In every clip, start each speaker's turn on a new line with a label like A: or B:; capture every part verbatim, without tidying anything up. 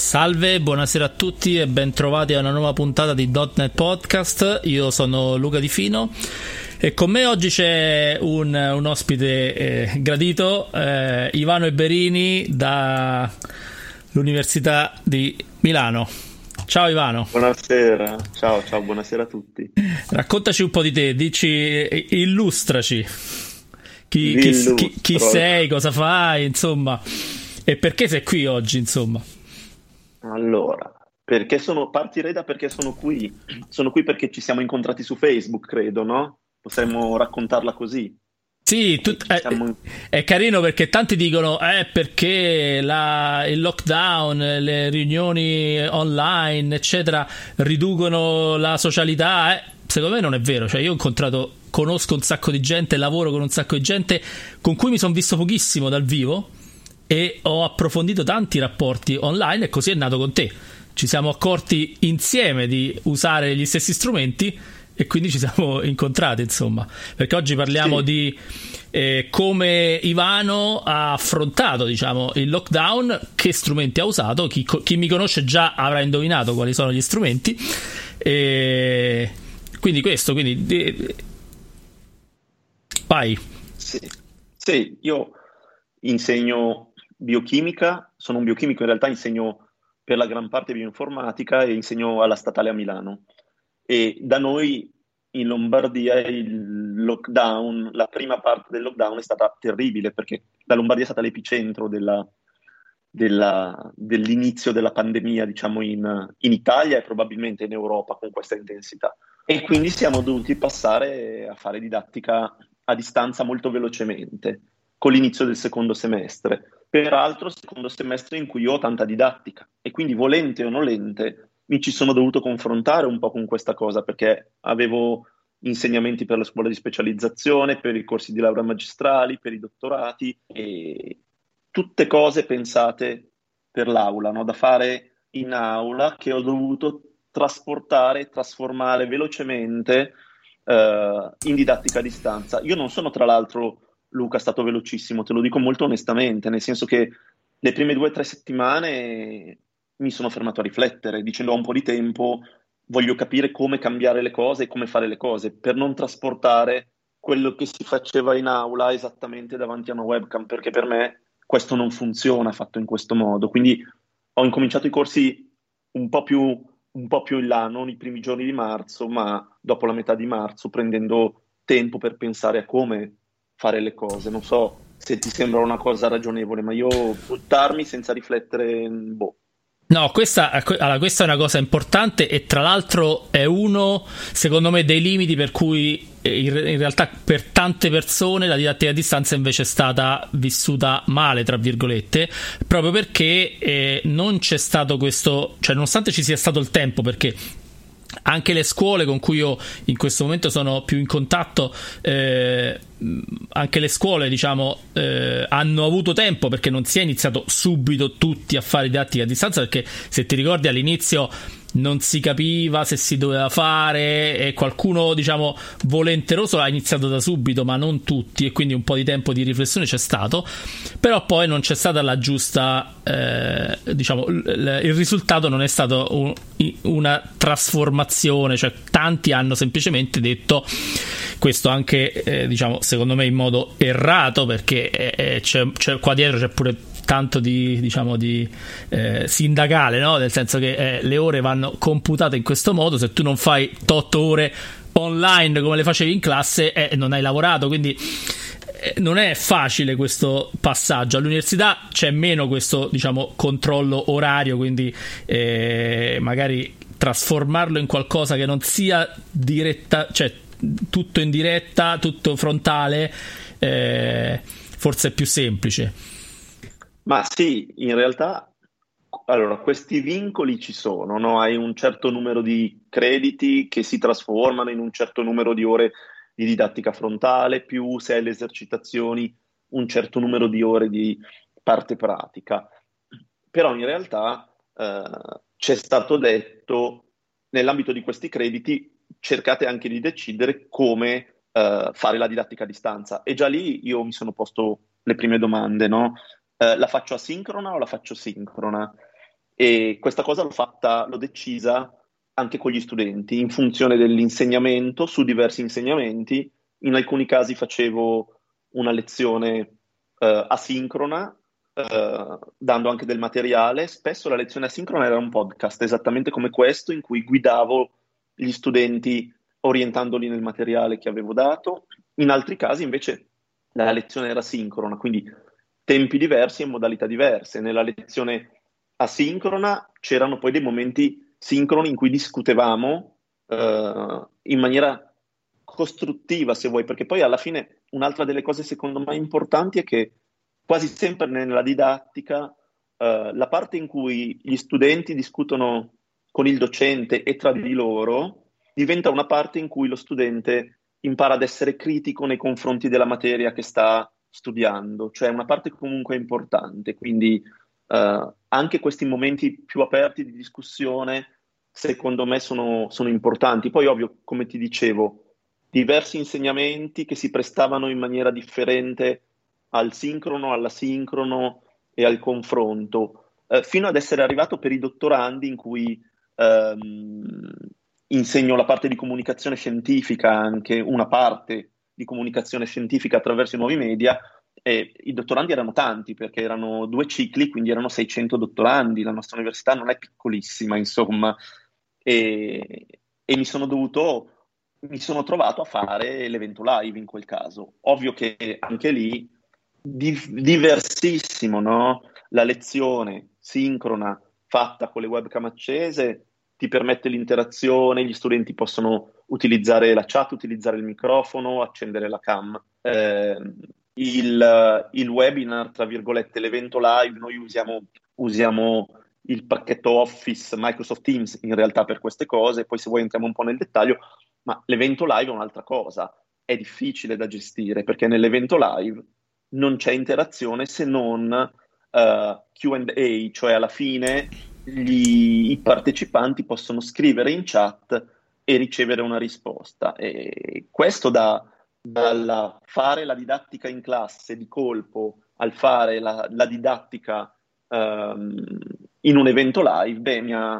A: Salve, buonasera a tutti e ben trovati a una nuova puntata di .dot net Podcast. Io sono Luca Di Fino e con me oggi c'è un, un ospite eh, gradito, eh, Ivano Eberini dall'Università di Milano. Ciao Ivano.
B: Buonasera, ciao, ciao, buonasera a tutti.
A: Raccontaci un po' di te, dici, illustraci. Chi, chi, chi, chi sei, cosa fai, insomma, e perché sei qui oggi, insomma.
B: Allora, perché sono, partirei da perché sono qui. Sono qui perché ci siamo incontrati su Facebook, credo, no? Potremmo raccontarla così.
A: Sì, tu, eh, siamo... è carino perché tanti dicono eh, perché la, il lockdown, le riunioni online, eccetera, riducono la socialità. Eh. Secondo me non è vero. Cioè, io ho incontrato, conosco un sacco di gente, lavoro con un sacco di gente con cui mi sono visto pochissimo dal vivo e ho approfondito tanti rapporti online e così è nato con te. Ci siamo accorti insieme di usare gli stessi strumenti e quindi ci siamo incontrati, insomma, perché oggi parliamo sì. di eh, come Ivano ha affrontato, diciamo, il lockdown, che strumenti ha usato. Chi, chi mi conosce già avrà indovinato quali sono gli strumenti, e quindi questo, quindi eh, vai.
B: Sì. sì, io insegno biochimica, sono un biochimico, in realtà insegno per la gran parte bioinformatica e insegno alla Statale a Milano. E da noi in Lombardia il lockdown, la prima parte del lockdown è stata terribile perché la Lombardia è stata l'epicentro della, della, dell'inizio della pandemia, diciamo, in, in Italia e probabilmente in Europa con questa intensità. E quindi siamo dovuti passare a fare didattica a distanza molto velocemente con l'inizio del secondo semestre. Peraltro secondo semestre in cui io ho tanta didattica e quindi volente o nolente mi ci sono dovuto confrontare un po' con questa cosa perché avevo insegnamenti per la scuola di specializzazione, per i corsi di laurea magistrali, per i dottorati e tutte cose pensate per l'aula, no? Da fare in aula che ho dovuto trasportare, trasformare velocemente eh, in didattica a distanza. Io non sono, tra l'altro, Luca, stato velocissimo, te lo dico molto onestamente, nel senso che le prime due o tre settimane mi sono fermato a riflettere, dicendo ho un po' di tempo, voglio capire come cambiare le cose e come fare le cose, per non trasportare quello che si faceva in aula esattamente davanti a una webcam, perché per me questo non funziona fatto in questo modo. Quindi ho incominciato i corsi un po' più, un po' più in là, non i primi giorni di marzo, ma dopo la metà di marzo, prendendo tempo per pensare a come fare le cose. Non so se ti sembra una cosa ragionevole, ma io buttarmi senza riflettere, boh.
A: No, questa, allora, questa è una cosa importante e tra l'altro è uno, secondo me, dei limiti per cui in realtà per tante persone la didattica a distanza invece è stata vissuta male, tra virgolette, proprio perché eh, non c'è stato questo, cioè nonostante ci sia stato il tempo, perché anche le scuole con cui io in questo momento sono più in contatto, eh, anche le scuole, diciamo, eh, hanno avuto tempo, perché non si è iniziato subito tutti a fare didattica a distanza, perché se ti ricordi all'inizio non si capiva se si doveva fare e qualcuno, diciamo, volenteroso ha iniziato da subito, ma non tutti, e quindi un po' di tempo di riflessione c'è stato, però poi non c'è stata la giusta, eh, diciamo, il, il risultato non è stato un, una trasformazione, cioè tanti hanno semplicemente detto, questo anche, eh, diciamo, secondo me in modo errato, perché eh, c'è, c'è qua dietro c'è pure tanto di, diciamo, di eh, sindacale, no? Nel senso che eh, le ore vanno computate in questo modo, se tu non fai otto ore online come le facevi in classe eh, non hai lavorato, quindi eh, non è facile questo passaggio. All'università c'è meno questo, diciamo, controllo orario, quindi eh, magari trasformarlo in qualcosa che non sia diretta, cioè tutto in diretta, tutto frontale, eh, forse è più semplice.
B: Ma sì, in realtà, allora, questi vincoli ci sono, no? Hai un certo numero di crediti che si trasformano in un certo numero di ore di didattica frontale, più se hai le esercitazioni, un certo numero di ore di parte pratica. Però in realtà eh, c'è stato detto, nell'ambito di questi crediti, cercate anche di decidere come eh, fare la didattica a distanza. E già lì io mi sono posto le prime domande, no? Uh, la faccio asincrona o la faccio sincrona? e questa cosa l'ho fatta, l'ho decisa anche con gli studenti, in funzione dell'insegnamento, su diversi insegnamenti. In alcuni casi facevo una lezione eh, asincrona, eh, dando anche del materiale. Spesso la lezione asincrona era un podcast, esattamente come questo, in cui guidavo gli studenti orientandoli nel materiale che avevo dato. In altri casi invece la lezione era sincrona, quindi tempi diversi e modalità diverse. Nella lezione asincrona c'erano poi dei momenti sincroni in cui discutevamo uh, in maniera costruttiva, se vuoi, perché poi alla fine un'altra delle cose secondo me importanti è che quasi sempre nella didattica uh, la parte in cui gli studenti discutono con il docente e tra di loro diventa una parte in cui lo studente impara ad essere critico nei confronti della materia che sta studiando, cioè una parte comunque importante, quindi Uh, anche questi momenti più aperti di discussione secondo me sono, sono importanti. Poi ovvio, come ti dicevo, diversi insegnamenti che si prestavano in maniera differente al sincrono, all'asincrono e al confronto, uh, fino ad essere arrivato per i dottorandi in cui um, insegno la parte di comunicazione scientifica, anche una parte di comunicazione scientifica attraverso i nuovi media. E i dottorandi erano tanti, perché erano due cicli, quindi erano seicento dottorandi. La nostra università non è piccolissima, insomma, e, e mi sono dovuto, mi sono trovato a fare l'evento live in quel caso. Ovvio che anche lì di, diversissimo, no? La lezione sincrona fatta con le webcam accese ti permette l'interazione, gli studenti possono utilizzare la chat, utilizzare il microfono, accendere la cam. Eh, Il, il webinar, tra virgolette, l'evento live, noi usiamo, usiamo il pacchetto Office Microsoft Teams in realtà per queste cose, poi se vuoi entriamo un po' nel dettaglio, ma l'evento live è un'altra cosa, è difficile da gestire perché nell'evento live non c'è interazione se non uh, Q and A, cioè alla fine gli, i partecipanti possono scrivere in chat e ricevere una risposta, e questo dà dal fare la didattica in classe di colpo al fare la, la didattica um, in un evento live, beh, mi ha,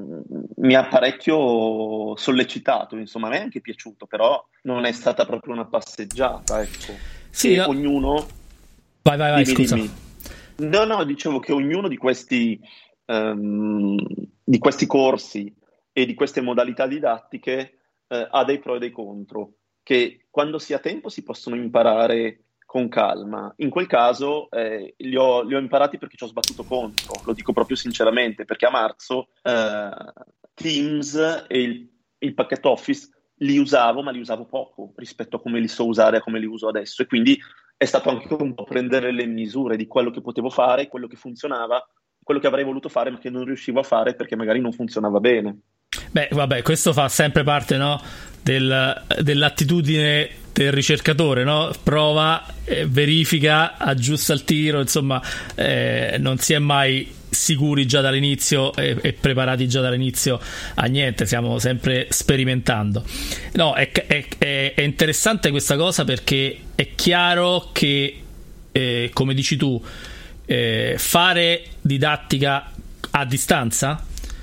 B: mi ha parecchio sollecitato, insomma, a me è anche piaciuto, però non è stata proprio una passeggiata, ecco.
A: Sì,
B: e
A: no.
B: ognuno...
A: Vai, vai, vai,
B: dimmi,
A: scusa.
B: Dimmi. No, no, dicevo che ognuno di questi, um, di questi corsi e di queste modalità didattiche uh, ha dei pro e dei contro, che quando si ha tempo si possono imparare con calma. In quel caso eh, li, ho, li ho imparati perché ci ho sbattuto contro, lo dico proprio sinceramente, perché a marzo eh, Teams e il, il pacchetto Office li usavo, ma li usavo poco rispetto a come li so usare, a come li uso adesso, e quindi è stato anche un po' prendere le misure di quello che potevo fare, quello che funzionava, quello che avrei voluto fare ma che non riuscivo a fare perché magari non funzionava bene.
A: Beh, vabbè, questo fa sempre parte, no, del, dell'attitudine del ricercatore, no? Prova, eh, verifica, aggiusta il tiro, insomma, eh, non si è mai sicuri già dall'inizio e, e preparati già dall'inizio a niente, stiamo sempre sperimentando. No, è, è, è, è interessante questa cosa perché è chiaro che, eh, come dici tu, eh, fare didattica a distanza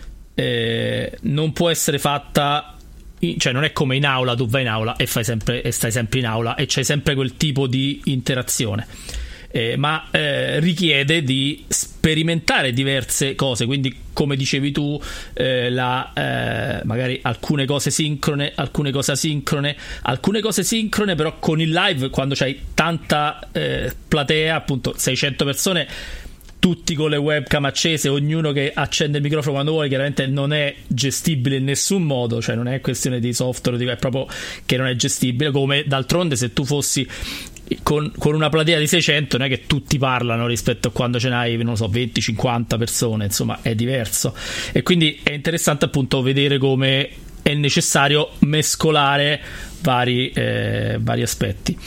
A: Eh, non può essere fatta, cioè non è come in aula, tu vai in aula e fai sempre e stai sempre in aula e c'hai sempre quel tipo di interazione, eh, ma eh, richiede di sperimentare diverse cose, quindi come dicevi tu, eh, la, eh, magari alcune cose sincrone, alcune cose asincrone, alcune cose sincrone però con il live, quando c'hai tanta eh, platea, appunto seicento persone, tutti con le webcam accese, ognuno che accende il microfono quando vuole, chiaramente non è gestibile in nessun modo, cioè non è questione di software, è proprio che non è gestibile, come d'altronde se tu fossi con, con una platea di seicento non è che tutti parlano rispetto a quando ce n'hai, non so, venti cinquanta persone, insomma è diverso, e quindi è interessante appunto vedere come è necessario mescolare vari, eh, vari aspetti.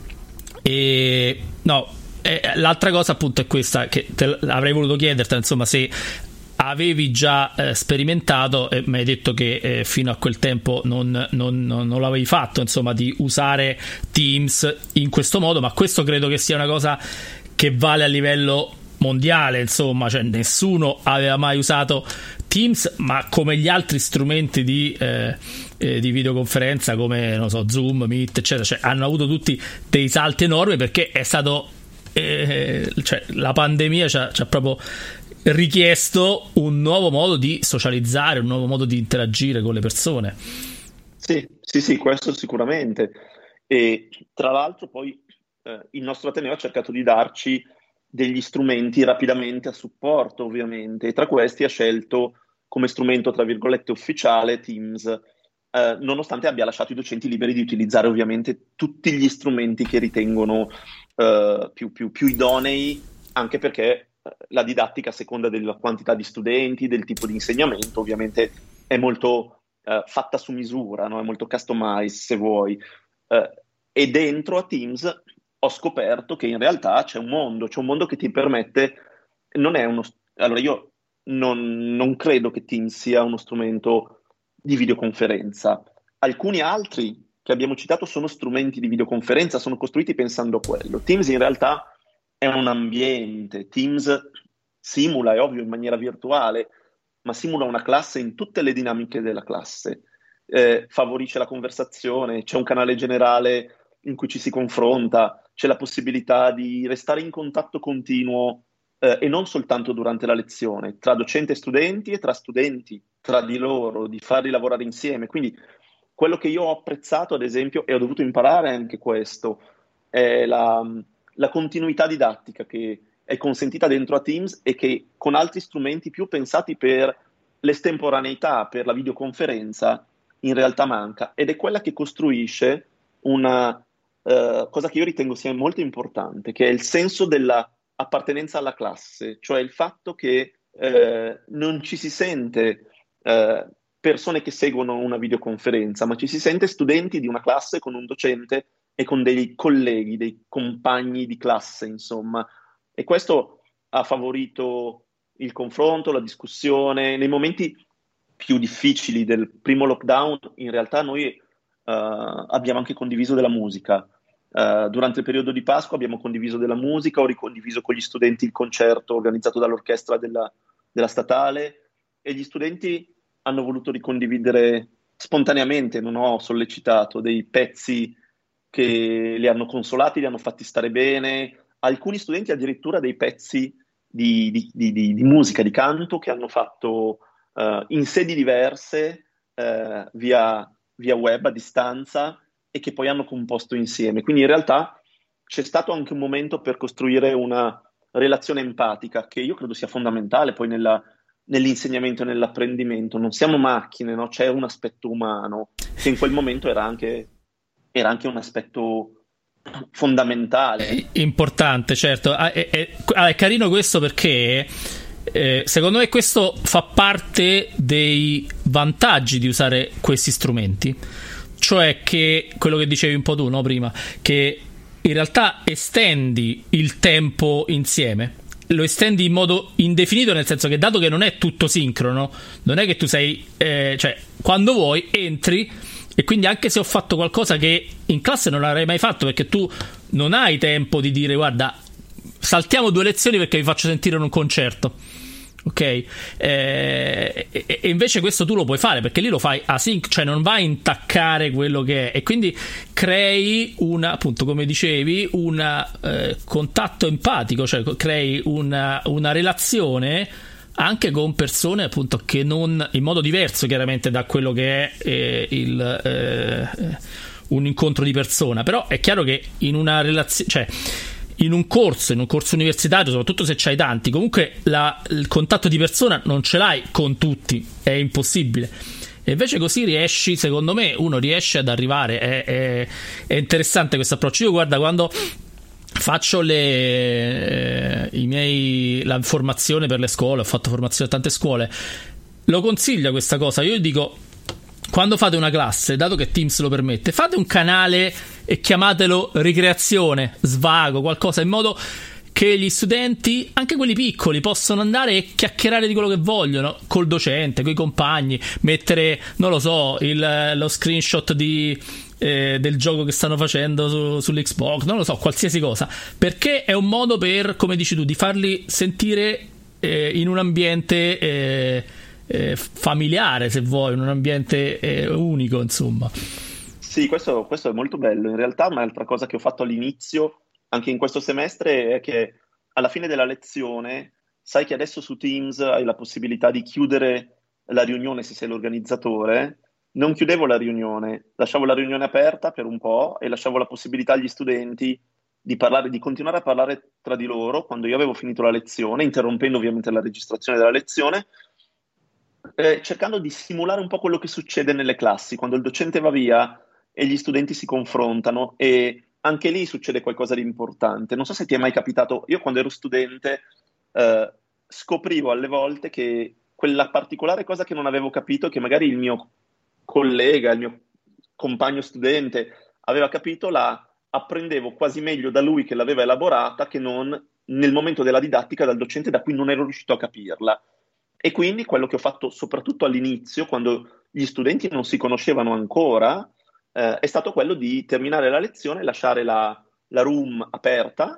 A: E no, l'altra cosa appunto è questa, che te avrei voluto chiederti, insomma, se avevi già eh, sperimentato, e mi hai detto che eh, fino a quel tempo non, non, non, non l'avevi fatto, insomma, di usare Teams in questo modo, ma questo credo che sia una cosa che vale a livello mondiale, insomma, cioè nessuno aveva mai usato Teams, ma come gli altri strumenti di, eh, eh, di videoconferenza come, non so, Zoom, Meet, eccetera, cioè, hanno avuto tutti dei salti enormi perché è stato eh, cioè, la pandemia ci ha, ci ha proprio richiesto un nuovo modo di socializzare, un nuovo modo di interagire con le persone.
B: Sì, sì, sì, questo sicuramente. E tra l'altro poi eh, il nostro Ateneo ha cercato di darci degli strumenti rapidamente a supporto, ovviamente, e tra questi ha scelto come strumento, tra virgolette, ufficiale Teams, eh, nonostante abbia lasciato i docenti liberi di utilizzare ovviamente tutti gli strumenti che ritengono eh, più, più, più idonei, anche perché eh, la didattica, a seconda della quantità di studenti, del tipo di insegnamento, ovviamente è molto eh, fatta su misura, no? È molto customized, se vuoi. Eh, e dentro a Teams ho scoperto che in realtà c'è un mondo, c'è un mondo che ti permette, non è uno, allora io non, non credo che Teams sia uno strumento di videoconferenza. Alcuni altri che abbiamo citato sono strumenti di videoconferenza, sono costruiti pensando a quello. Teams in realtà è un ambiente, Teams simula, è ovvio, in maniera virtuale, ma simula una classe in tutte le dinamiche della classe, eh, favorisce la conversazione, c'è un canale generale in cui ci si confronta, c'è la possibilità di restare in contatto continuo eh, e non soltanto durante la lezione, tra docente e studenti e tra studenti, tra di loro, di farli lavorare insieme. Quindi quello che io ho apprezzato, ad esempio, e ho dovuto imparare anche questo, è la, la continuità didattica che è consentita dentro a Teams e che con altri strumenti più pensati per l'estemporaneità, per la videoconferenza, in realtà manca. Ed è quella che costruisce una Uh, cosa che io ritengo sia molto importante, che è il senso della appartenenza alla classe, cioè il fatto che uh, non ci si sente uh, persone che seguono una videoconferenza, ma ci si sente studenti di una classe con un docente e con dei colleghi, dei compagni di classe, insomma. E questo ha favorito il confronto, la discussione. Nei momenti più difficili del primo lockdown, in realtà noi Uh, abbiamo anche condiviso della musica. Uh, durante il periodo di Pasqua abbiamo condiviso della musica, ho ricondiviso con gli studenti il concerto organizzato dall'orchestra della, della statale e gli studenti hanno voluto ricondividere spontaneamente, non ho sollecitato, dei pezzi che li hanno consolati, li hanno fatti stare bene. Alcuni studenti addirittura dei pezzi di, di, di, di, di musica, di canto che hanno fatto uh, in sedi diverse uh, via via web a distanza e che poi hanno composto insieme. Quindi in realtà c'è stato anche un momento per costruire una relazione empatica che io credo sia fondamentale poi nella, nell'insegnamento e nell'apprendimento. Non siamo macchine, no? C'è un aspetto umano che in quel momento era anche, era anche un aspetto fondamentale.
A: Importante, certo. È, è, è carino questo perché Eh, secondo me questo fa parte dei vantaggi di usare questi strumenti, cioè che quello che dicevi un po' tu, no, prima, che in realtà estendi il tempo insieme, lo estendi in modo indefinito, nel senso che dato che non è tutto sincrono, non è che tu sei eh, cioè quando vuoi entri, e quindi anche se ho fatto qualcosa che in classe non avrei mai fatto, perché tu non hai tempo di dire guarda saltiamo due lezioni perché vi faccio sentire un concerto, ok? Eh, e, e invece questo tu lo puoi fare perché lì lo fai async, cioè non vai a intaccare quello che è, e quindi crei una, appunto come dicevi, un eh, contatto empatico, cioè crei una, una relazione anche con persone appunto che non, in modo diverso chiaramente da quello che è eh, il eh, un incontro di persona, però è chiaro che in una relazione, cioè in un corso, in un corso universitario, soprattutto se c'hai tanti, comunque la, il contatto di persona non ce l'hai con tutti, è impossibile. E invece così riesci, secondo me, uno riesce ad arrivare. È, è, è interessante questo approccio. Io guarda, quando faccio le eh, i miei la formazione per le scuole, ho fatto formazione a tante scuole, lo consiglio questa cosa. Io dico, quando fate una classe, dato che Teams lo permette, fate un canale e chiamatelo ricreazione, svago, qualcosa, in modo che gli studenti, anche quelli piccoli, possono andare e chiacchierare di quello che vogliono col docente, coi compagni, mettere, non lo so, il, lo screenshot di eh, del gioco che stanno facendo su, sull'Xbox, non lo so, qualsiasi cosa, perché è un modo per, come dici tu, di farli sentire eh, in un ambiente eh, eh, familiare, se vuoi, in un ambiente eh, unico, insomma.
B: Sì, questo, questo è molto bello. In realtà un'altra cosa che ho fatto all'inizio, anche in questo semestre, è che alla fine della lezione, sai che adesso su Teams hai la possibilità di chiudere la riunione se sei l'organizzatore. Non chiudevo la riunione, lasciavo la riunione aperta per un po' e lasciavo la possibilità agli studenti di parlare, di continuare a parlare tra di loro quando io avevo finito la lezione, interrompendo ovviamente la registrazione della lezione, eh, cercando di simulare un po' quello che succede nelle classi, quando il docente va via e gli studenti si confrontano, e anche lì succede qualcosa di importante. Non so se ti è mai capitato, io quando ero studente eh, scoprivo alle volte che quella particolare cosa che non avevo capito, che magari il mio collega, il mio compagno studente aveva capito, la apprendevo quasi meglio da lui che l'aveva elaborata che non nel momento della didattica dal docente da cui non ero riuscito a capirla. E quindi quello che ho fatto soprattutto all'inizio, quando gli studenti non si conoscevano ancora, eh, è stato quello di terminare la lezione e lasciare la, la room aperta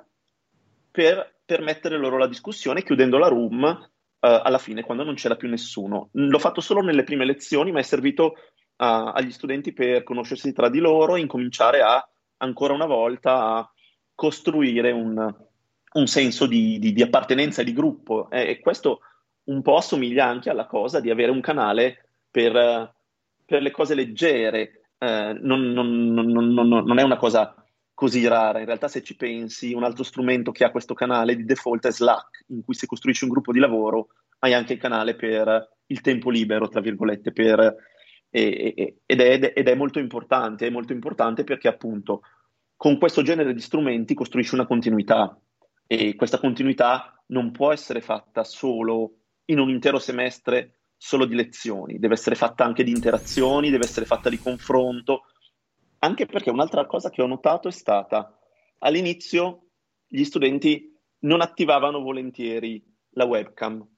B: per permettere loro la discussione, chiudendo la room eh, alla fine, quando non c'era più nessuno. L'ho fatto solo nelle prime lezioni, ma è servito a, agli studenti per conoscersi tra di loro e incominciare a, ancora una volta, a costruire un, un senso di, di, di appartenenza e di gruppo. E, e questo un po' assomiglia anche alla cosa di avere un canale per, per le cose leggere. Eh, non, non, non, non, non è una cosa così rara. In realtà, se ci pensi, un altro strumento che ha questo canale di default è Slack, in cui se costruisci un gruppo di lavoro hai anche il canale per il tempo libero, tra virgolette, per, e, e, ed, è, ed è molto importante, è molto importante perché appunto con questo genere di strumenti costruisci una continuità, e questa continuità non può essere fatta solo in un intero semestre solo di lezioni, deve essere fatta anche di interazioni, deve essere fatta di confronto, anche perché un'altra cosa che ho notato è stata, all'inizio gli studenti non attivavano volentieri la webcam.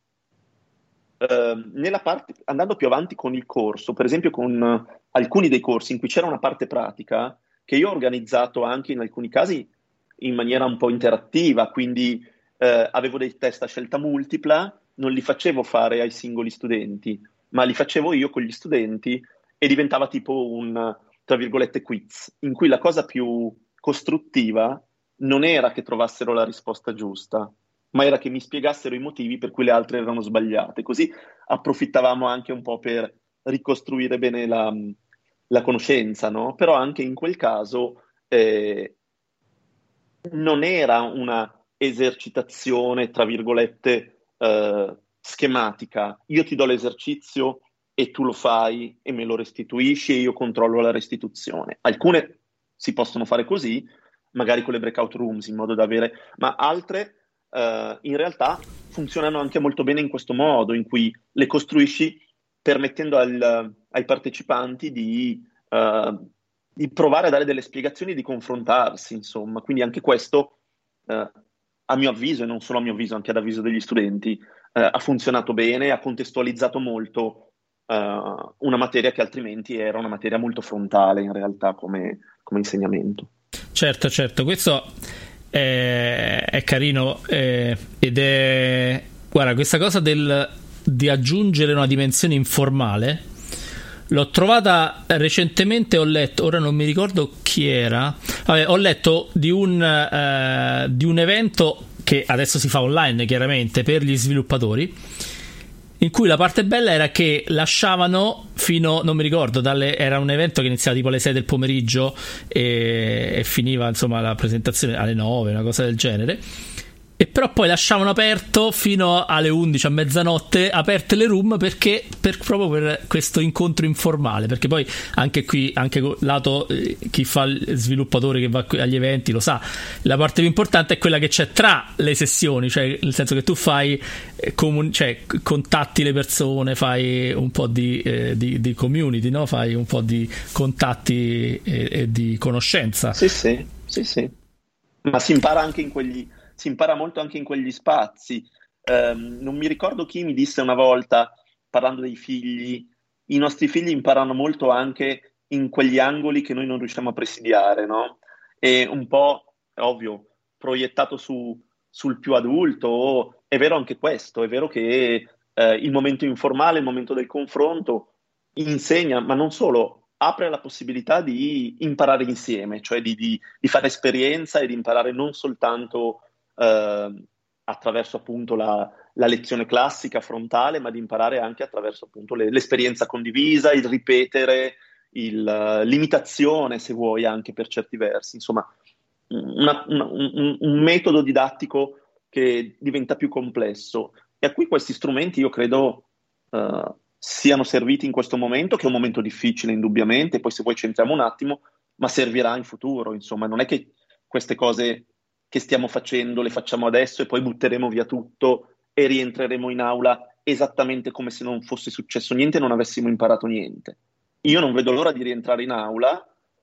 B: Uh, nella parte, andando più avanti con il corso, per esempio con uh, alcuni dei corsi in cui c'era una parte pratica, che io ho organizzato anche in alcuni casi in maniera un po' interattiva, quindi uh, avevo dei test a scelta multipla, non li facevo fare ai singoli studenti, ma li facevo io con gli studenti e diventava tipo un, tra virgolette, quiz, in cui la cosa più costruttiva non era che trovassero la risposta giusta, ma era che mi spiegassero i motivi per cui le altre erano sbagliate. Così approfittavamo anche un po' per ricostruire bene la, la conoscenza, no? Però anche in quel caso eh, non era una esercitazione, tra virgolette, eh, schematica. Io ti do l'esercizio e tu lo fai e me lo restituisci e io controllo la restituzione. Alcune si possono fare così, magari con le breakout rooms, in modo da avere, ma altre Uh, in realtà funzionano anche molto bene in questo modo, in cui le costruisci permettendo al, ai partecipanti di, uh, di provare a dare delle spiegazioni e di confrontarsi, insomma. Quindi anche questo, uh, a mio avviso, e non solo a mio avviso, anche ad avviso degli studenti, uh, ha funzionato bene, ha contestualizzato molto uh, una materia che altrimenti era una materia molto frontale, in realtà, come, come insegnamento.
A: Certo, certo, questo È, è carino eh, ed è, guarda, questa cosa del, di aggiungere una dimensione informale l'ho trovata recentemente. Ho letto, ora non mi ricordo chi era, vabbè, ho letto di un, eh, di un evento che adesso si fa online chiaramente per gli sviluppatori, in cui la parte bella era che lasciavano fino, non mi ricordo, dalle, era un evento che iniziava tipo alle sei del pomeriggio e, e finiva insomma la presentazione alle nove, una cosa del genere, e però poi lasciavano aperto fino alle undici, a mezzanotte, aperte le room, perché per, proprio per questo incontro informale, perché poi anche qui, anche lato eh, chi fa il sviluppatore che va agli eventi lo sa, la parte più importante è quella che c'è tra le sessioni, cioè nel senso che tu fai eh, comun- cioè contatti le persone, fai un po' di, eh, di, di community, no? Fai un po' di contatti e, e di conoscenza.
B: Sì, sì, sì, sì. Ma si impara anche in quegli si impara molto anche in quegli spazi. Um, non mi ricordo chi mi disse una volta, parlando dei figli, i nostri figli imparano molto anche in quegli angoli che noi non riusciamo a presidiare, no? E un po', è ovvio, proiettato su, sul più adulto, è vero anche questo, è vero che eh, il momento informale, il momento del confronto insegna, ma non solo, apre la possibilità di imparare insieme, cioè di, di, di fare esperienza e di imparare non soltanto eh, attraverso appunto la, la lezione classica frontale, ma di imparare anche attraverso appunto le, l'esperienza condivisa, il ripetere, il, uh, l'imitazione, se vuoi, anche per certi versi. Insomma, una, una, un, un metodo didattico che diventa più complesso e a cui questi strumenti io credo uh, siano serviti in questo momento, che è un momento difficile indubbiamente, poi se vuoi centriamo un attimo, ma servirà in futuro. Insomma, non è che queste cose che stiamo facendo le facciamo adesso e poi butteremo via tutto e rientreremo in aula esattamente come se non fosse successo niente e non avessimo imparato niente. Io non vedo l'ora di rientrare in aula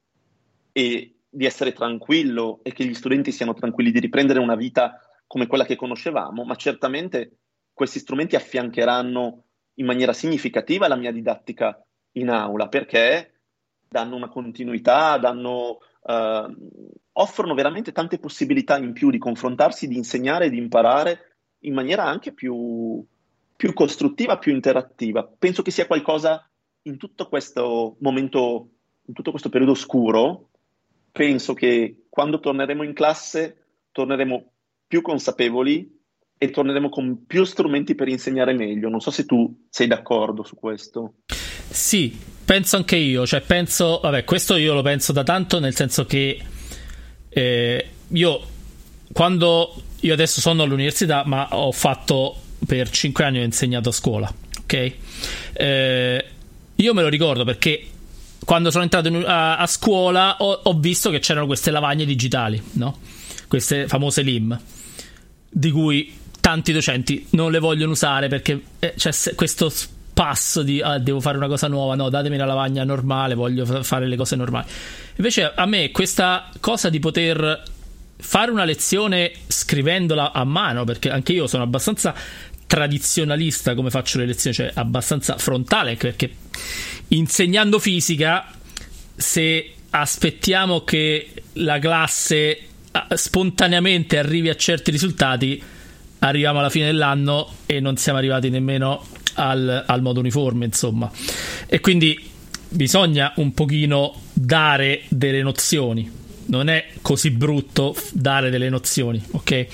B: e di essere tranquillo e che gli studenti siano tranquilli, di riprendere una vita come quella che conoscevamo, ma certamente questi strumenti affiancheranno in maniera significativa la mia didattica in aula, perché danno una continuità, danno, eh, offrono veramente tante possibilità in più di confrontarsi, di insegnare e di imparare in maniera anche più, più costruttiva, più interattiva. Penso che sia qualcosa in tutto questo momento, in tutto questo periodo oscuro, penso che quando torneremo in classe torneremo più consapevoli e torneremo con più strumenti per insegnare meglio. Non so se tu sei d'accordo su questo.
A: Sì, penso anche io, cioè penso, vabbè, questo io lo penso da tanto, nel senso che eh, io quando io adesso sono all'università, ma ho fatto per cinque anni, ho insegnato a scuola, ok? Eh, io me lo ricordo perché quando sono entrato in, a, a scuola ho, ho visto che c'erano queste lavagne digitali, no? Queste famose L I M, di cui tanti docenti non le vogliono usare perché eh, c'è questo passo di ah, devo fare una cosa nuova, no, datemi la lavagna normale, voglio f- fare le cose normali. Invece a me questa cosa di poter fare una lezione scrivendola a mano, perché anche io sono abbastanza tradizionalista come faccio le lezioni, cioè abbastanza frontale, anche perché insegnando fisica, se aspettiamo che la classe spontaneamente arrivi a certi risultati, arriviamo alla fine dell'anno e non siamo arrivati nemmeno al, al modo uniforme, insomma. E quindi bisogna un pochino dare delle nozioni, non è così brutto dare delle nozioni, ok?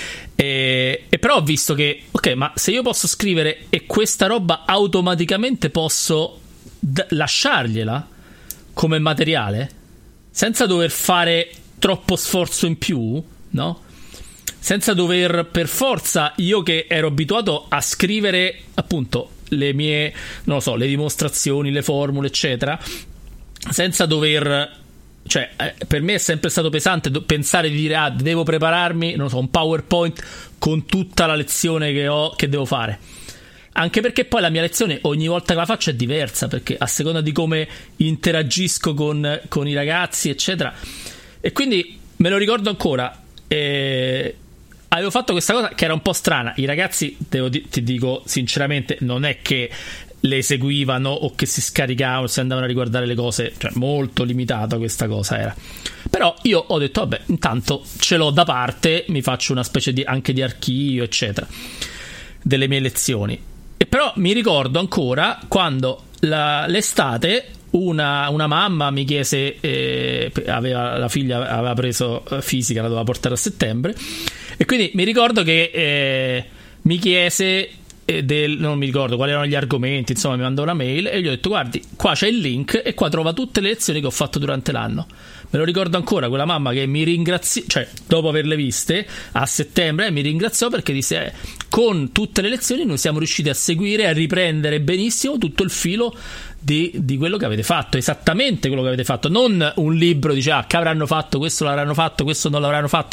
A: E, e però ho visto che ok, ma se io posso scrivere e questa roba automaticamente posso d- lasciargliela come materiale senza dover fare troppo sforzo in più, no? Senza dover per forza, io che ero abituato a scrivere appunto le mie, non lo so, le dimostrazioni, le formule, eccetera, senza dover, cioè eh, per me è sempre stato pesante do- pensare di dire ah, devo prepararmi, non lo so, un PowerPoint con tutta la lezione che ho, che devo fare. Anche perché poi la mia lezione ogni volta che la faccio è diversa, perché a seconda di come interagisco con, con i ragazzi, eccetera. E quindi me lo ricordo ancora, eh, avevo fatto questa cosa che era un po' strana. I ragazzi, devo di- ti dico sinceramente, non è che le eseguivano o che si scaricavano, si andavano a riguardare le cose, cioè molto limitata questa cosa era. Però io ho detto vabbè, intanto ce l'ho da parte, mi faccio una specie di anche di archivio, eccetera, delle mie lezioni. E però mi ricordo ancora quando la, l'estate Una, una mamma mi chiese, eh, aveva, la figlia aveva preso fisica, la doveva portare a settembre, e quindi mi ricordo che eh, mi chiese eh, del, non mi ricordo quali erano gli argomenti, insomma mi mandò una mail e gli ho detto guardi, qua c'è il link e qua trova tutte le lezioni che ho fatto durante l'anno. Me lo ricordo ancora, quella mamma che mi ringraziò, cioè dopo averle viste a settembre, eh, mi ringraziò perché disse eh, con tutte le lezioni noi siamo riusciti a seguire e a riprendere benissimo tutto il filo Di, di quello che avete fatto, esattamente quello che avete fatto, non un libro dice ah che avranno fatto, questo l'avranno fatto, questo non l'avranno fatto.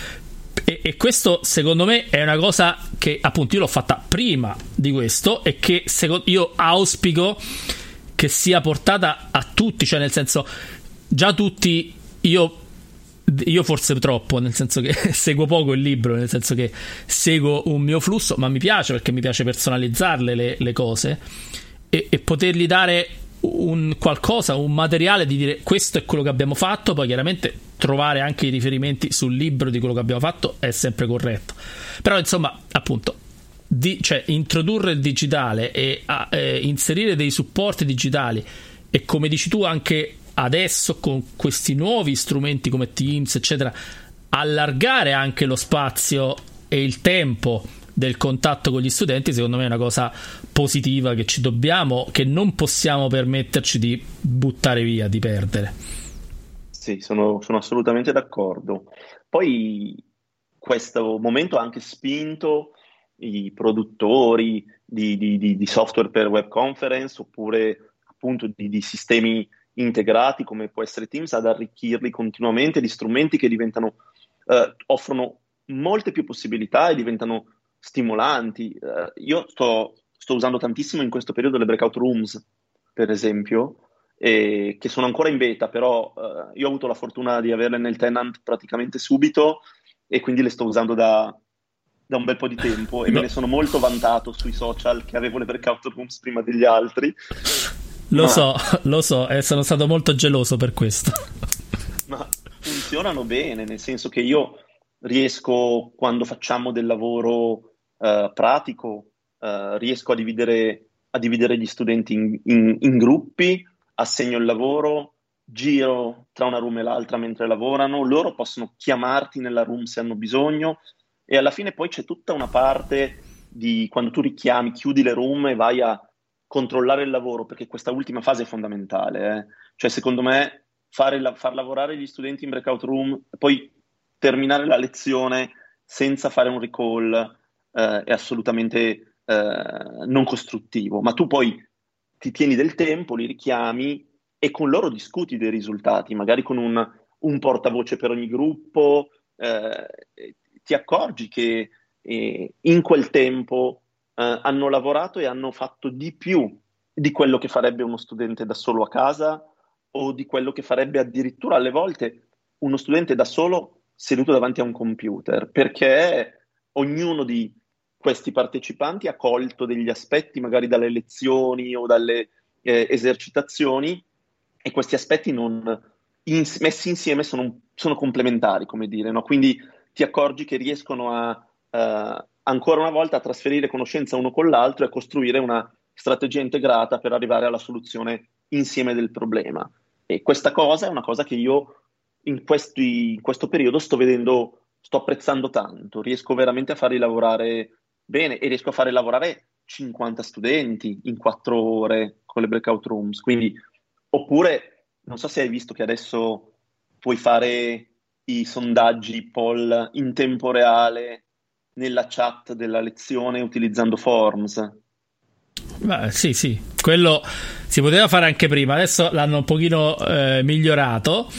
A: E, e questo secondo me è una cosa che appunto io l'ho fatta prima di questo e che secondo, io auspico che sia portata a tutti, cioè nel senso già tutti, io io forse troppo, nel senso che seguo poco il libro, nel senso che seguo un mio flusso, ma mi piace perché mi piace personalizzarle le, le cose E, e potergli dare un qualcosa, un materiale di dire questo è quello che abbiamo fatto, poi chiaramente trovare anche i riferimenti sul libro di quello che abbiamo fatto è sempre corretto, però insomma appunto di, cioè, introdurre il digitale e a, eh, inserire dei supporti digitali e come dici tu anche adesso con questi nuovi strumenti come Teams eccetera allargare anche lo spazio e il tempo del contatto con gli studenti, secondo me è una cosa positiva che ci dobbiamo, che non possiamo permetterci di buttare via, di perdere.
B: Sì, sono, sono assolutamente d'accordo. Poi questo momento ha anche spinto i produttori di, di- di- di software per web conference oppure appunto di, di sistemi integrati come può essere Teams ad arricchirli continuamente di strumenti che diventano, eh, offrono molte più possibilità e diventano stimolanti. Eh, io sto, sto usando tantissimo in questo periodo le breakout rooms, per esempio, e che sono ancora in beta, però eh, io ho avuto la fortuna di averle nel tenant praticamente subito e quindi le sto usando da, da un bel po' di tempo e me ne
A: Lo,
B: sono molto vantato sui social che avevo le breakout rooms prima degli altri,
A: lo
B: ma,
A: so, lo so, e sono stato molto geloso per questo.
B: ma funzionano bene, nel senso che io riesco, quando facciamo del lavoro eh, pratico, eh, riesco a dividere, a dividere gli studenti in, in- in gruppi, assegno il lavoro, giro tra una room e l'altra mentre lavorano, loro possono chiamarti nella room se hanno bisogno e alla fine poi c'è tutta una parte di quando tu richiami, chiudi le room e vai a controllare il lavoro, perché questa ultima fase è fondamentale, eh. Cioè secondo me fare la- far lavorare gli studenti in breakout room, poi terminare la lezione senza fare un recall eh, è assolutamente eh, non costruttivo, ma tu poi ti tieni del tempo, li richiami e con loro discuti dei risultati, magari con un, un portavoce per ogni gruppo, eh, ti accorgi che eh, in quel tempo eh, hanno lavorato e hanno fatto di più di quello che farebbe uno studente da solo a casa o di quello che farebbe addirittura alle volte uno studente da solo seduto davanti a un computer, perché ognuno di questi partecipanti ha colto degli aspetti magari dalle lezioni o dalle eh, esercitazioni e questi aspetti non, ins- messi insieme sono, sono complementari, come dire, no? Quindi ti accorgi che riescono a eh, ancora una volta a trasferire conoscenza uno con l'altro e a costruire una strategia integrata per arrivare alla soluzione insieme del problema. E questa cosa è una cosa che io in, questi- in questo periodo sto vedendo, sto apprezzando tanto. Riesco veramente a farli lavorare bene e riesco a fare lavorare cinquanta studenti in quattro ore con le breakout rooms. Quindi, oppure, non so se hai visto che adesso puoi fare i sondaggi poll in tempo reale nella chat della lezione utilizzando Forms.
A: Beh, sì, sì, quello si poteva fare anche prima, adesso l'hanno un pochino eh, migliorato.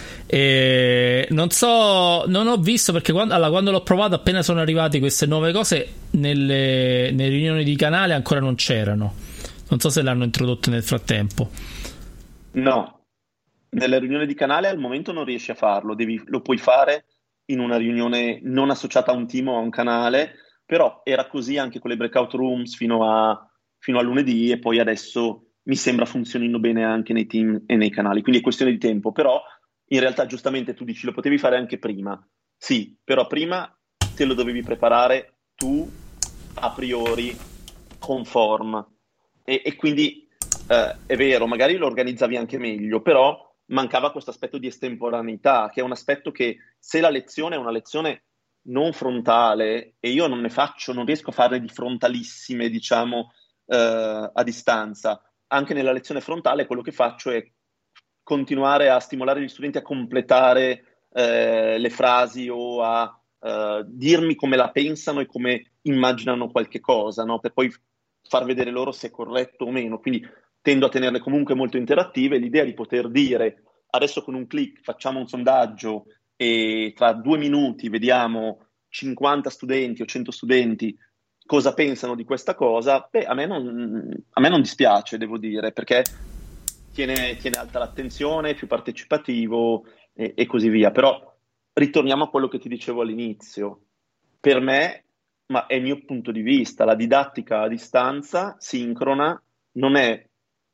A: E non so, non ho visto perché quando, allora, quando l'ho provato, appena sono arrivate queste nuove cose, nelle, nelle riunioni di canale ancora non c'erano. Non so se l'hanno introdotte nel frattempo.
B: No, nelle riunioni di canale al momento non riesci a farlo, devi- lo puoi fare in una riunione non associata a un team o a un canale, però era così anche con le breakout rooms fino a, fino a lunedì e poi adesso mi sembra funzionino bene anche nei team e nei canali, quindi è questione di tempo, però in realtà giustamente tu dici lo potevi fare anche prima, sì, però prima te lo dovevi preparare tu a priori con form e, e quindi eh, è vero, magari lo organizzavi anche meglio, però mancava questo aspetto di estemporaneità, che è un aspetto che se la lezione è una lezione non frontale e io non ne faccio, non riesco a farne di frontalissime, diciamo, eh, a distanza, anche nella lezione frontale quello che faccio è continuare a stimolare gli studenti a completare eh, le frasi o a eh, dirmi come la pensano e come immaginano qualche cosa, no? Per poi far vedere loro se è corretto o meno. Quindi tendo a tenerle comunque molto interattive. L'idea di poter dire adesso con un click facciamo un sondaggio e tra due minuti vediamo cinquanta studenti o cento studenti cosa pensano di questa cosa, beh, a me non, a me non dispiace, devo dire, perché tiene, tiene alta l'attenzione, è più partecipativo e, e così via. Però ritorniamo a quello che ti dicevo all'inizio. Per me, ma è il mio punto di vista, la didattica a distanza sincrona non è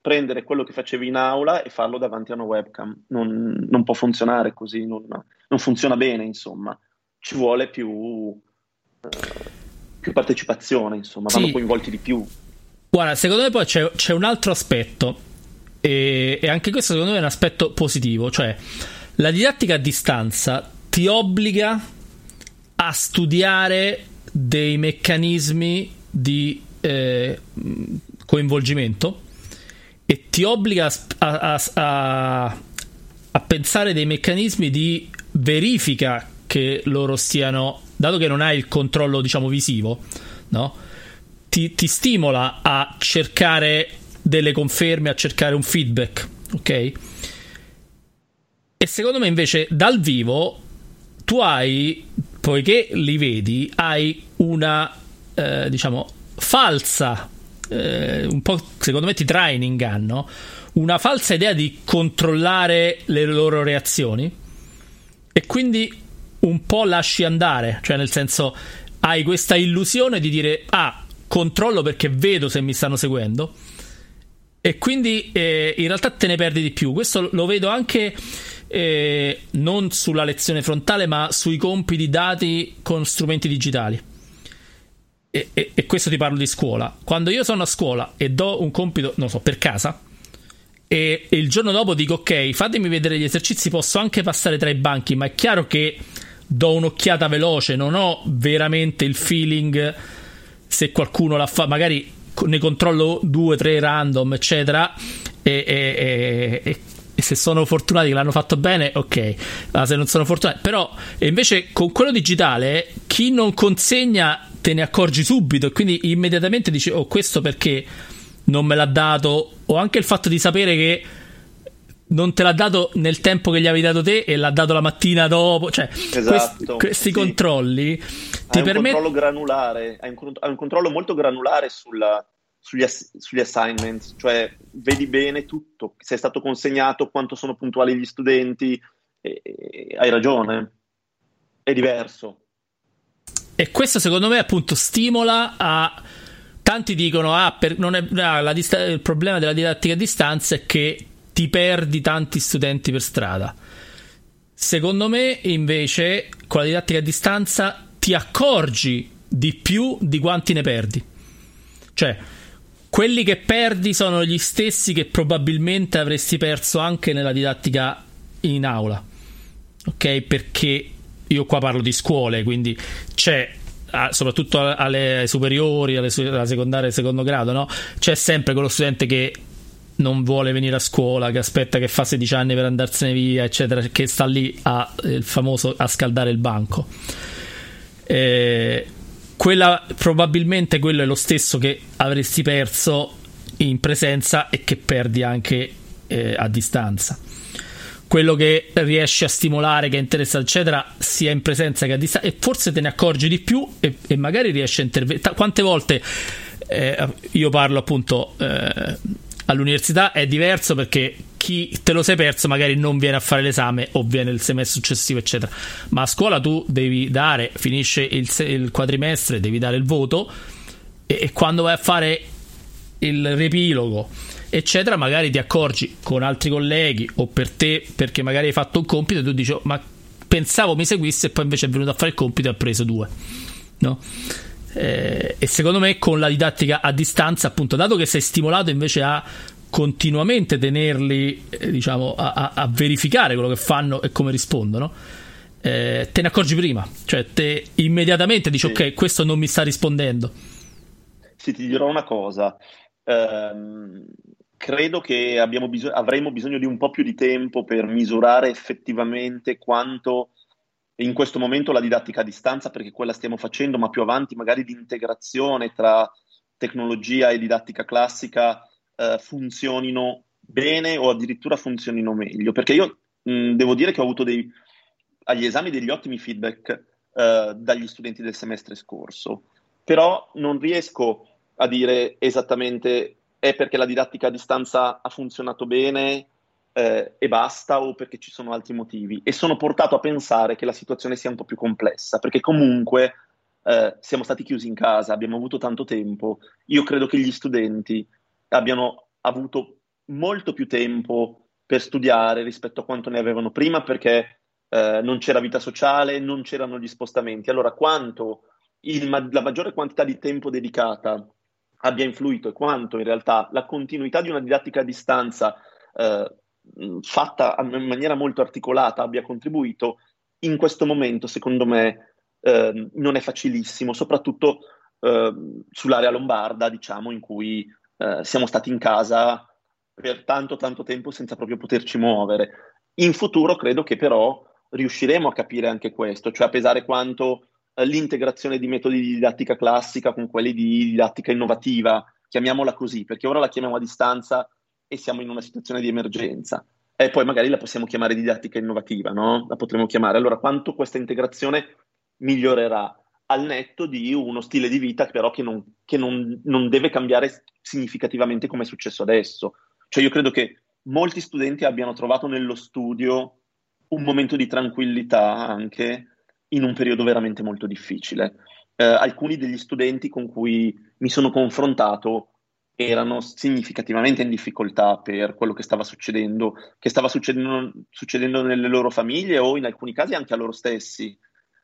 B: prendere quello che facevi in aula e farlo davanti a una webcam. Non, non può funzionare così, non, non funziona bene, insomma. Ci vuole più, eh, più partecipazione, insomma, vanno
A: Sì.
B: coinvolti di più.
A: Guarda, secondo me poi c'è, c'è un altro aspetto, e, e anche questo secondo me è un aspetto positivo, cioè la didattica a distanza ti obbliga a studiare dei meccanismi di eh, coinvolgimento e ti obbliga a, a, a, a pensare dei meccanismi di verifica che loro stiano, dato che non hai il controllo, diciamo, visivo, no? Ti, ti stimola a cercare delle conferme, a cercare un feedback, ok? E secondo me invece dal vivo tu hai, poiché li vedi, hai una eh, diciamo falsa eh, un po', secondo me ti trae in inganno, una falsa idea di controllare le loro reazioni e quindi un po' lasci andare, cioè nel senso hai questa illusione di dire ah, controllo perché vedo se mi stanno seguendo, e quindi eh, in realtà te ne perdi di più. Questo lo vedo anche eh, non sulla lezione frontale ma sui compiti dati con strumenti digitali, e, e, e questo ti parlo di scuola. Quando io sono a scuola e do un compito, non so, per casa, e, e il giorno dopo dico ok, fatemi vedere gli esercizi, posso anche passare tra i banchi, ma è chiaro che do un'occhiata veloce, non ho veramente il feeling se qualcuno l'ha fatto, magari ne controllo due, tre random, eccetera, e, e, e, e se sono fortunati che l'hanno fatto bene, ok, ma se non sono fortunati, però e invece con quello digitale chi non consegna te ne accorgi subito e quindi immediatamente dici oh, questo perché non me l'ha dato, o anche il fatto di sapere che non te l'ha dato nel tempo che gli avevi dato te e l'ha dato la mattina dopo, cioè
B: esatto,
A: questi, questi
B: sì.
A: controlli ti
B: hai un
A: permet-
B: controllo granulare, hai un, hai un controllo molto granulare sulla, sugli, ass- sugli assignments, cioè vedi bene tutto, se è stato consegnato, quanto sono puntuali gli studenti, e, e, hai ragione, è diverso.
A: E questo secondo me appunto stimola a, tanti dicono ah, per, non è, ah, la dist- il problema della didattica a distanza è che ti perdi tanti studenti per strada. Secondo me invece con la didattica a distanza ti accorgi di più di quanti ne perdi, cioè quelli che perdi sono gli stessi che probabilmente avresti perso anche nella didattica in aula, ok? Perché io qua parlo di scuole, quindi c'è soprattutto alle superiori, alle, alla secondaria e secondo grado, no? C'è sempre quello studente che non vuole venire a scuola, che aspetta che fa sedici anni per andarsene via, eccetera, che sta lì a il famoso a scaldare il banco. Eh, quella probabilmente quello è lo stesso che avresti perso in presenza e che perdi anche eh, a distanza. Quello che riesci a stimolare, che è interessato, eccetera, sia in presenza che a distanza, e forse te ne accorgi di più e, e magari riesci a intervenire. Quante volte eh, io parlo appunto eh, all'università è diverso perché chi te lo sei perso magari non viene a fare l'esame o viene il semestre successivo, eccetera, ma a scuola tu devi dare, finisce il, il quadrimestre, devi dare il voto, e, e quando vai a fare il riepilogo, eccetera, magari ti accorgi con altri colleghi o per te perché magari hai fatto un compito e tu dici oh, ma pensavo mi seguisse, e poi invece è venuto a fare il compito e ha preso due, no? Eh, e secondo me con la didattica a distanza, appunto, dato che sei stimolato invece a continuamente tenerli eh, diciamo a, a, a verificare quello che fanno e come rispondono, eh, te ne accorgi prima, cioè te immediatamente dici sì. Ok, questo non mi sta rispondendo.
B: Sì, ti dirò una cosa, ehm, credo che abbiamo bisog- avremo bisogno di un po' più di tempo per misurare effettivamente quanto in questo momento la didattica a distanza, perché quella stiamo facendo, ma più avanti magari di integrazione tra tecnologia e didattica classica eh, funzionino bene o addirittura funzionino meglio. Perché io mh, devo dire che ho avuto dei, agli esami degli ottimi feedback eh, dagli studenti del semestre scorso, però non riesco a dire esattamente è perché la didattica a distanza ha funzionato bene Eh, e basta, o perché ci sono altri motivi, e sono portato a pensare che la situazione sia un po' più complessa, perché comunque eh, siamo stati chiusi in casa, abbiamo avuto tanto tempo. Io credo che gli studenti abbiano avuto molto più tempo per studiare rispetto a quanto ne avevano prima, perché eh, non c'era vita sociale, non c'erano gli spostamenti. Allora, quanto il ma- la maggiore quantità di tempo dedicata abbia influito e quanto in realtà la continuità di una didattica a distanza eh, mh, fatta in maniera molto articolata abbia contribuito, in questo momento, secondo me, eh, non è facilissimo, soprattutto eh, sull'area lombarda, diciamo, in cui eh, siamo stati in casa per tanto tanto tempo senza proprio poterci muovere. In futuro credo che però riusciremo a capire anche questo, cioè a pesare quanto eh, l'integrazione di metodi di didattica classica con quelli di didattica innovativa, chiamiamola così, perché ora la chiamiamo a distanza e siamo in una situazione di emergenza. E poi magari la possiamo chiamare didattica innovativa, no? La potremo chiamare. Allora, quanto questa integrazione migliorerà al netto di uno stile di vita però che non, che non, non deve cambiare significativamente come è successo adesso. Cioè io credo che molti studenti abbiano trovato nello studio un momento di tranquillità anche in un periodo veramente molto difficile. Eh, alcuni degli studenti con cui mi sono confrontato erano significativamente in difficoltà per quello che stava succedendo, che stava succedendo, succedendo nelle loro famiglie o in alcuni casi anche a loro stessi.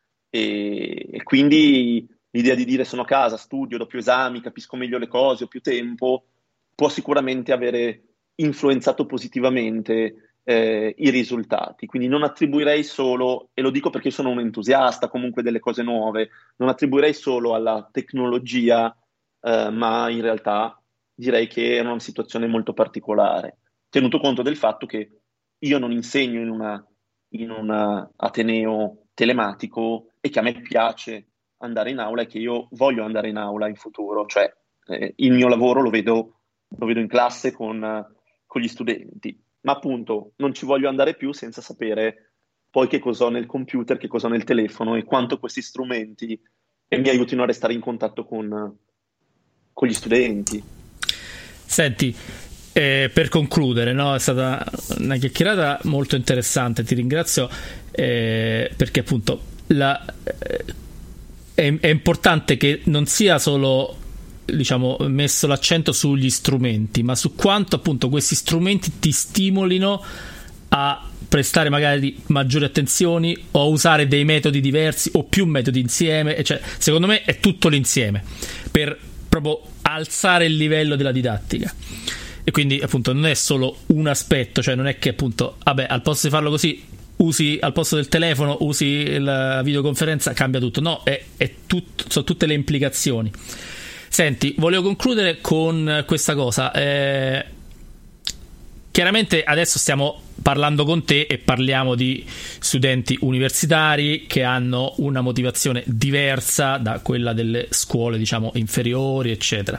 B: E, e quindi l'idea di dire sono a casa, studio, do più esami, capisco meglio le cose, ho più tempo, può sicuramente avere influenzato positivamente eh, i risultati. Quindi non attribuirei solo, e lo dico perché sono un entusiasta comunque delle cose nuove, non attribuirei solo alla tecnologia, eh, ma in realtà direi che è una situazione molto particolare, tenuto conto del fatto che io non insegno in una, in un ateneo telematico e che a me piace andare in aula e che io voglio andare in aula in futuro, cioè eh, il mio lavoro lo vedo, lo vedo in classe con, con gli studenti, ma appunto non ci voglio andare più senza sapere poi che cosa ho nel computer, che cosa ho nel telefono e quanto questi strumenti mi aiutino a restare in contatto con, con gli studenti.
A: Senti, eh, per concludere, no? È stata una chiacchierata molto interessante, ti ringrazio eh, perché appunto la, eh, è, è importante che non sia solo, diciamo, messo l'accento sugli strumenti, ma su quanto appunto questi strumenti ti stimolino a prestare magari maggiori attenzioni o a usare dei metodi diversi o più metodi insieme, cioè, secondo me è tutto l'insieme per proprio alzare il livello della didattica. E quindi appunto non è solo un aspetto, cioè non è che appunto vabbè, al posto di farlo così usi, al posto del telefono usi la videoconferenza, cambia tutto. No, è, è tutto, sono tutte le implicazioni. Senti, volevo concludere con questa cosa. Eh, chiaramente adesso stiamo parlando con te e parliamo di studenti universitari che hanno una motivazione diversa da quella delle scuole, diciamo, inferiori, eccetera.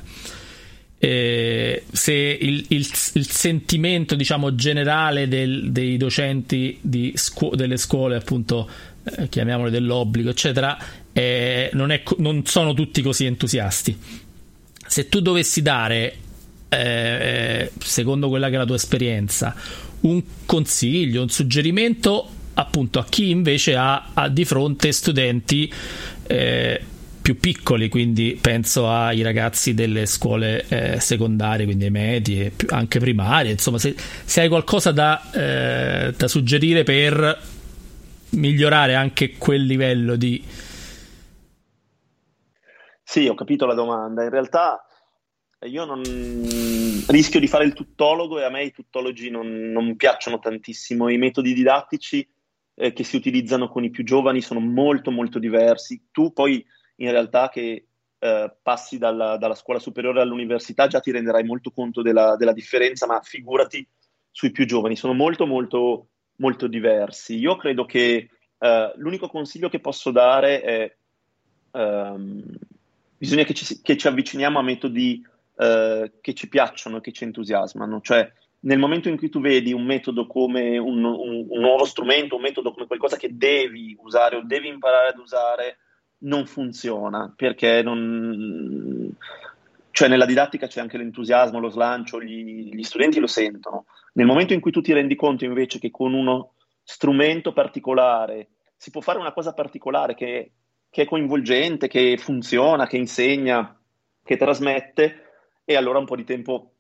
A: Eh, se il, il, il sentimento, diciamo, generale del, dei docenti di scu- delle scuole, appunto, eh, chiamiamole dell'obbligo, eccetera, eh, non, è, non sono tutti così entusiasti. Se tu dovessi dare, eh, secondo quella che è la tua esperienza, un consiglio, un suggerimento appunto a chi invece ha, ha di fronte studenti eh, più piccoli, quindi penso ai ragazzi delle scuole eh, secondarie, quindi medie, anche primarie, insomma, se, se hai qualcosa da, eh, da suggerire per migliorare anche quel livello di...
B: Sì, ho capito la domanda. In realtà io non rischio di fare il tuttologo e a me i tuttologi non, non piacciono tantissimo. I metodi didattici eh, che si utilizzano con i più giovani sono molto molto diversi. Tu poi in realtà che eh, passi dalla, dalla scuola superiore all'università già ti renderai molto conto della, della differenza, ma figurati sui più giovani, sono molto molto molto diversi. Io credo che eh, l'unico consiglio che posso dare è ehm, bisogna che ci, che ci avviciniamo a metodi eh, che ci piacciono e che ci entusiasmano, cioè nel momento in cui tu vedi un metodo come un, un, un nuovo strumento, un metodo come qualcosa che devi usare o devi imparare ad usare, non funziona, perché non... cioè nella didattica c'è anche l'entusiasmo, lo slancio, gli, gli studenti lo sentono. Nel momento in cui tu ti rendi conto invece che con uno strumento particolare si può fare una cosa particolare che, che è coinvolgente, che funziona, che insegna, che trasmette, e allora un po' di tempo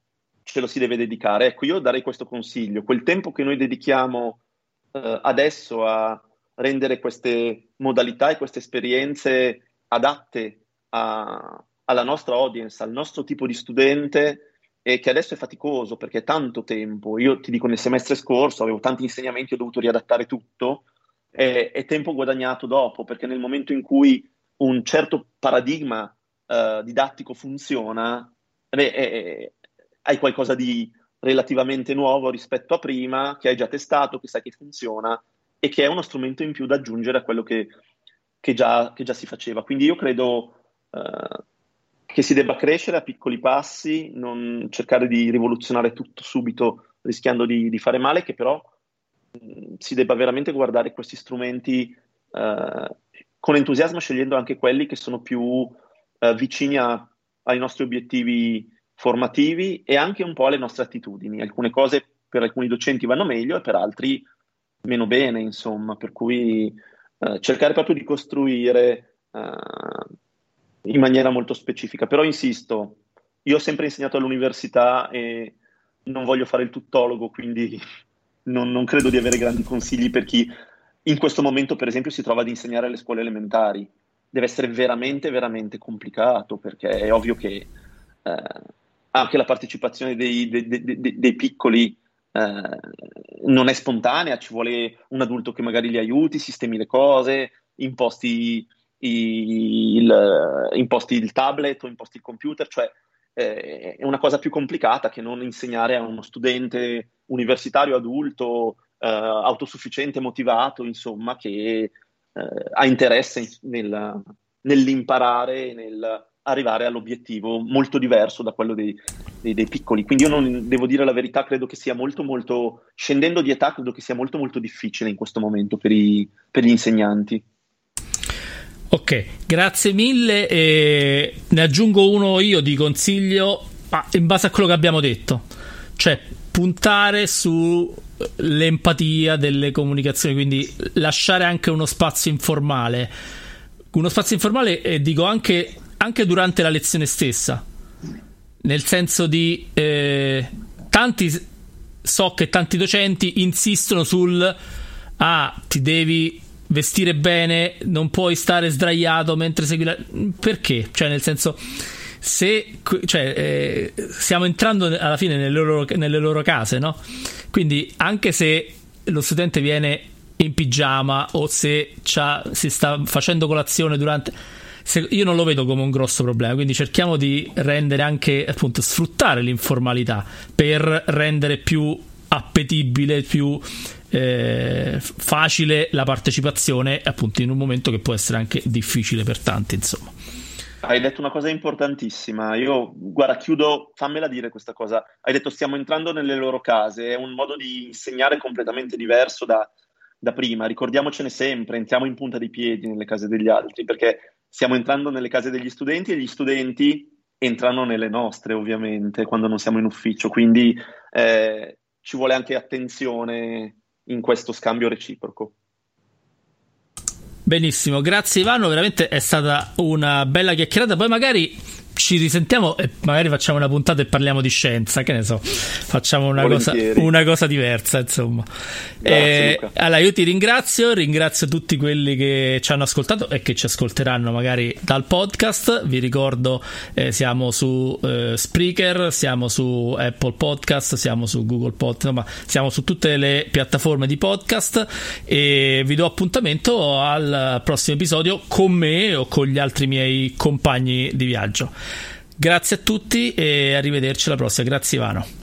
B: ce lo si deve dedicare. Ecco, io darei questo consiglio: quel tempo che noi dedichiamo eh, adesso a rendere queste modalità e queste esperienze adatte a, alla nostra audience, al nostro tipo di studente, e che adesso è faticoso perché è tanto tempo. Io ti dico, nel semestre scorso avevo tanti insegnamenti, ho dovuto riadattare tutto, e, è tempo guadagnato dopo, perché nel momento in cui un certo paradigma eh, didattico funziona, beh, è, hai qualcosa di relativamente nuovo rispetto a prima, che hai già testato, che sai che funziona e che è uno strumento in più da aggiungere a quello che, che, già, che già si faceva. Quindi io credo eh, che si debba crescere a piccoli passi, non cercare di rivoluzionare tutto subito rischiando di, di fare male, che però mh, si debba veramente guardare questi strumenti eh, con entusiasmo, scegliendo anche quelli che sono più eh, vicini a, ai nostri obiettivi formativi e anche un po' alle nostre attitudini. Alcune cose per alcuni docenti vanno meglio e per altri meno bene, insomma, per cui eh, cercare proprio di costruire eh, in maniera molto specifica. Però insisto, io ho sempre insegnato all'università e non voglio fare il tuttologo, quindi non, non credo di avere grandi consigli per chi in questo momento, per esempio, si trova ad insegnare alle scuole elementari. Deve essere veramente, veramente complicato, perché è ovvio che eh, anche la partecipazione dei, dei, dei, dei piccoli eh, non è spontanea, ci vuole un adulto che magari li aiuti, sistemi le cose, imposti il, imposti il tablet o imposti il computer, cioè eh, è una cosa più complicata che non insegnare a uno studente universitario adulto eh, autosufficiente, motivato, insomma, che eh, ha interesse nel, nell'imparare e nel arrivare all'obiettivo molto diverso da quello dei, dei, dei piccoli. Quindi io non devo dire la verità, credo che sia molto molto, scendendo di età, credo che sia molto molto difficile in questo momento per, i, per gli insegnanti.
A: Ok, grazie mille, e ne aggiungo uno io di consiglio, ma in base a quello che abbiamo detto, cioè puntare sull'empatia delle comunicazioni, quindi lasciare anche uno spazio informale, uno spazio informale e dico anche, anche durante la lezione stessa, nel senso di eh, tanti, so che tanti docenti insistono sul ah, ti devi vestire bene, non puoi stare sdraiato mentre segui la... perché? Cioè, nel senso, se cioè, eh, stiamo entrando alla fine nelle loro, nelle loro case, no? Quindi anche se lo studente viene in pigiama o se c'ha, si sta facendo colazione durante, se, io non lo vedo come un grosso problema, quindi cerchiamo di rendere anche, appunto, sfruttare l'informalità per rendere più appetibile, più eh, facile la partecipazione, appunto, in un momento che può essere anche difficile per tanti, insomma.
B: Hai detto una cosa importantissima. Io, guarda, chiudo, fammela dire questa cosa. Hai detto stiamo entrando nelle loro case, è un modo di insegnare completamente diverso da, da prima. Ricordiamocene sempre, entriamo in punta di piedi nelle case degli altri, perché stiamo entrando nelle case degli studenti e gli studenti entrano nelle nostre, ovviamente, quando non siamo in ufficio. Quindi eh, ci vuole anche attenzione in questo scambio reciproco.
A: Benissimo, grazie Ivano, veramente è stata una bella chiacchierata. Poi magari ci risentiamo e magari facciamo una puntata e parliamo di scienza, che ne so, facciamo una, cosa, una cosa diversa, insomma.
B: Grazie,
A: eh, allora io ti ringrazio, ringrazio tutti quelli che ci hanno ascoltato e che ci ascolteranno magari dal podcast. Vi ricordo eh, siamo su eh, Spreaker, siamo su Apple Podcast, siamo su Google Podcast, ma siamo su tutte le piattaforme di podcast, e vi do appuntamento al prossimo episodio con me o con gli altri miei compagni di viaggio. Grazie a tutti e arrivederci alla prossima. Grazie Ivano.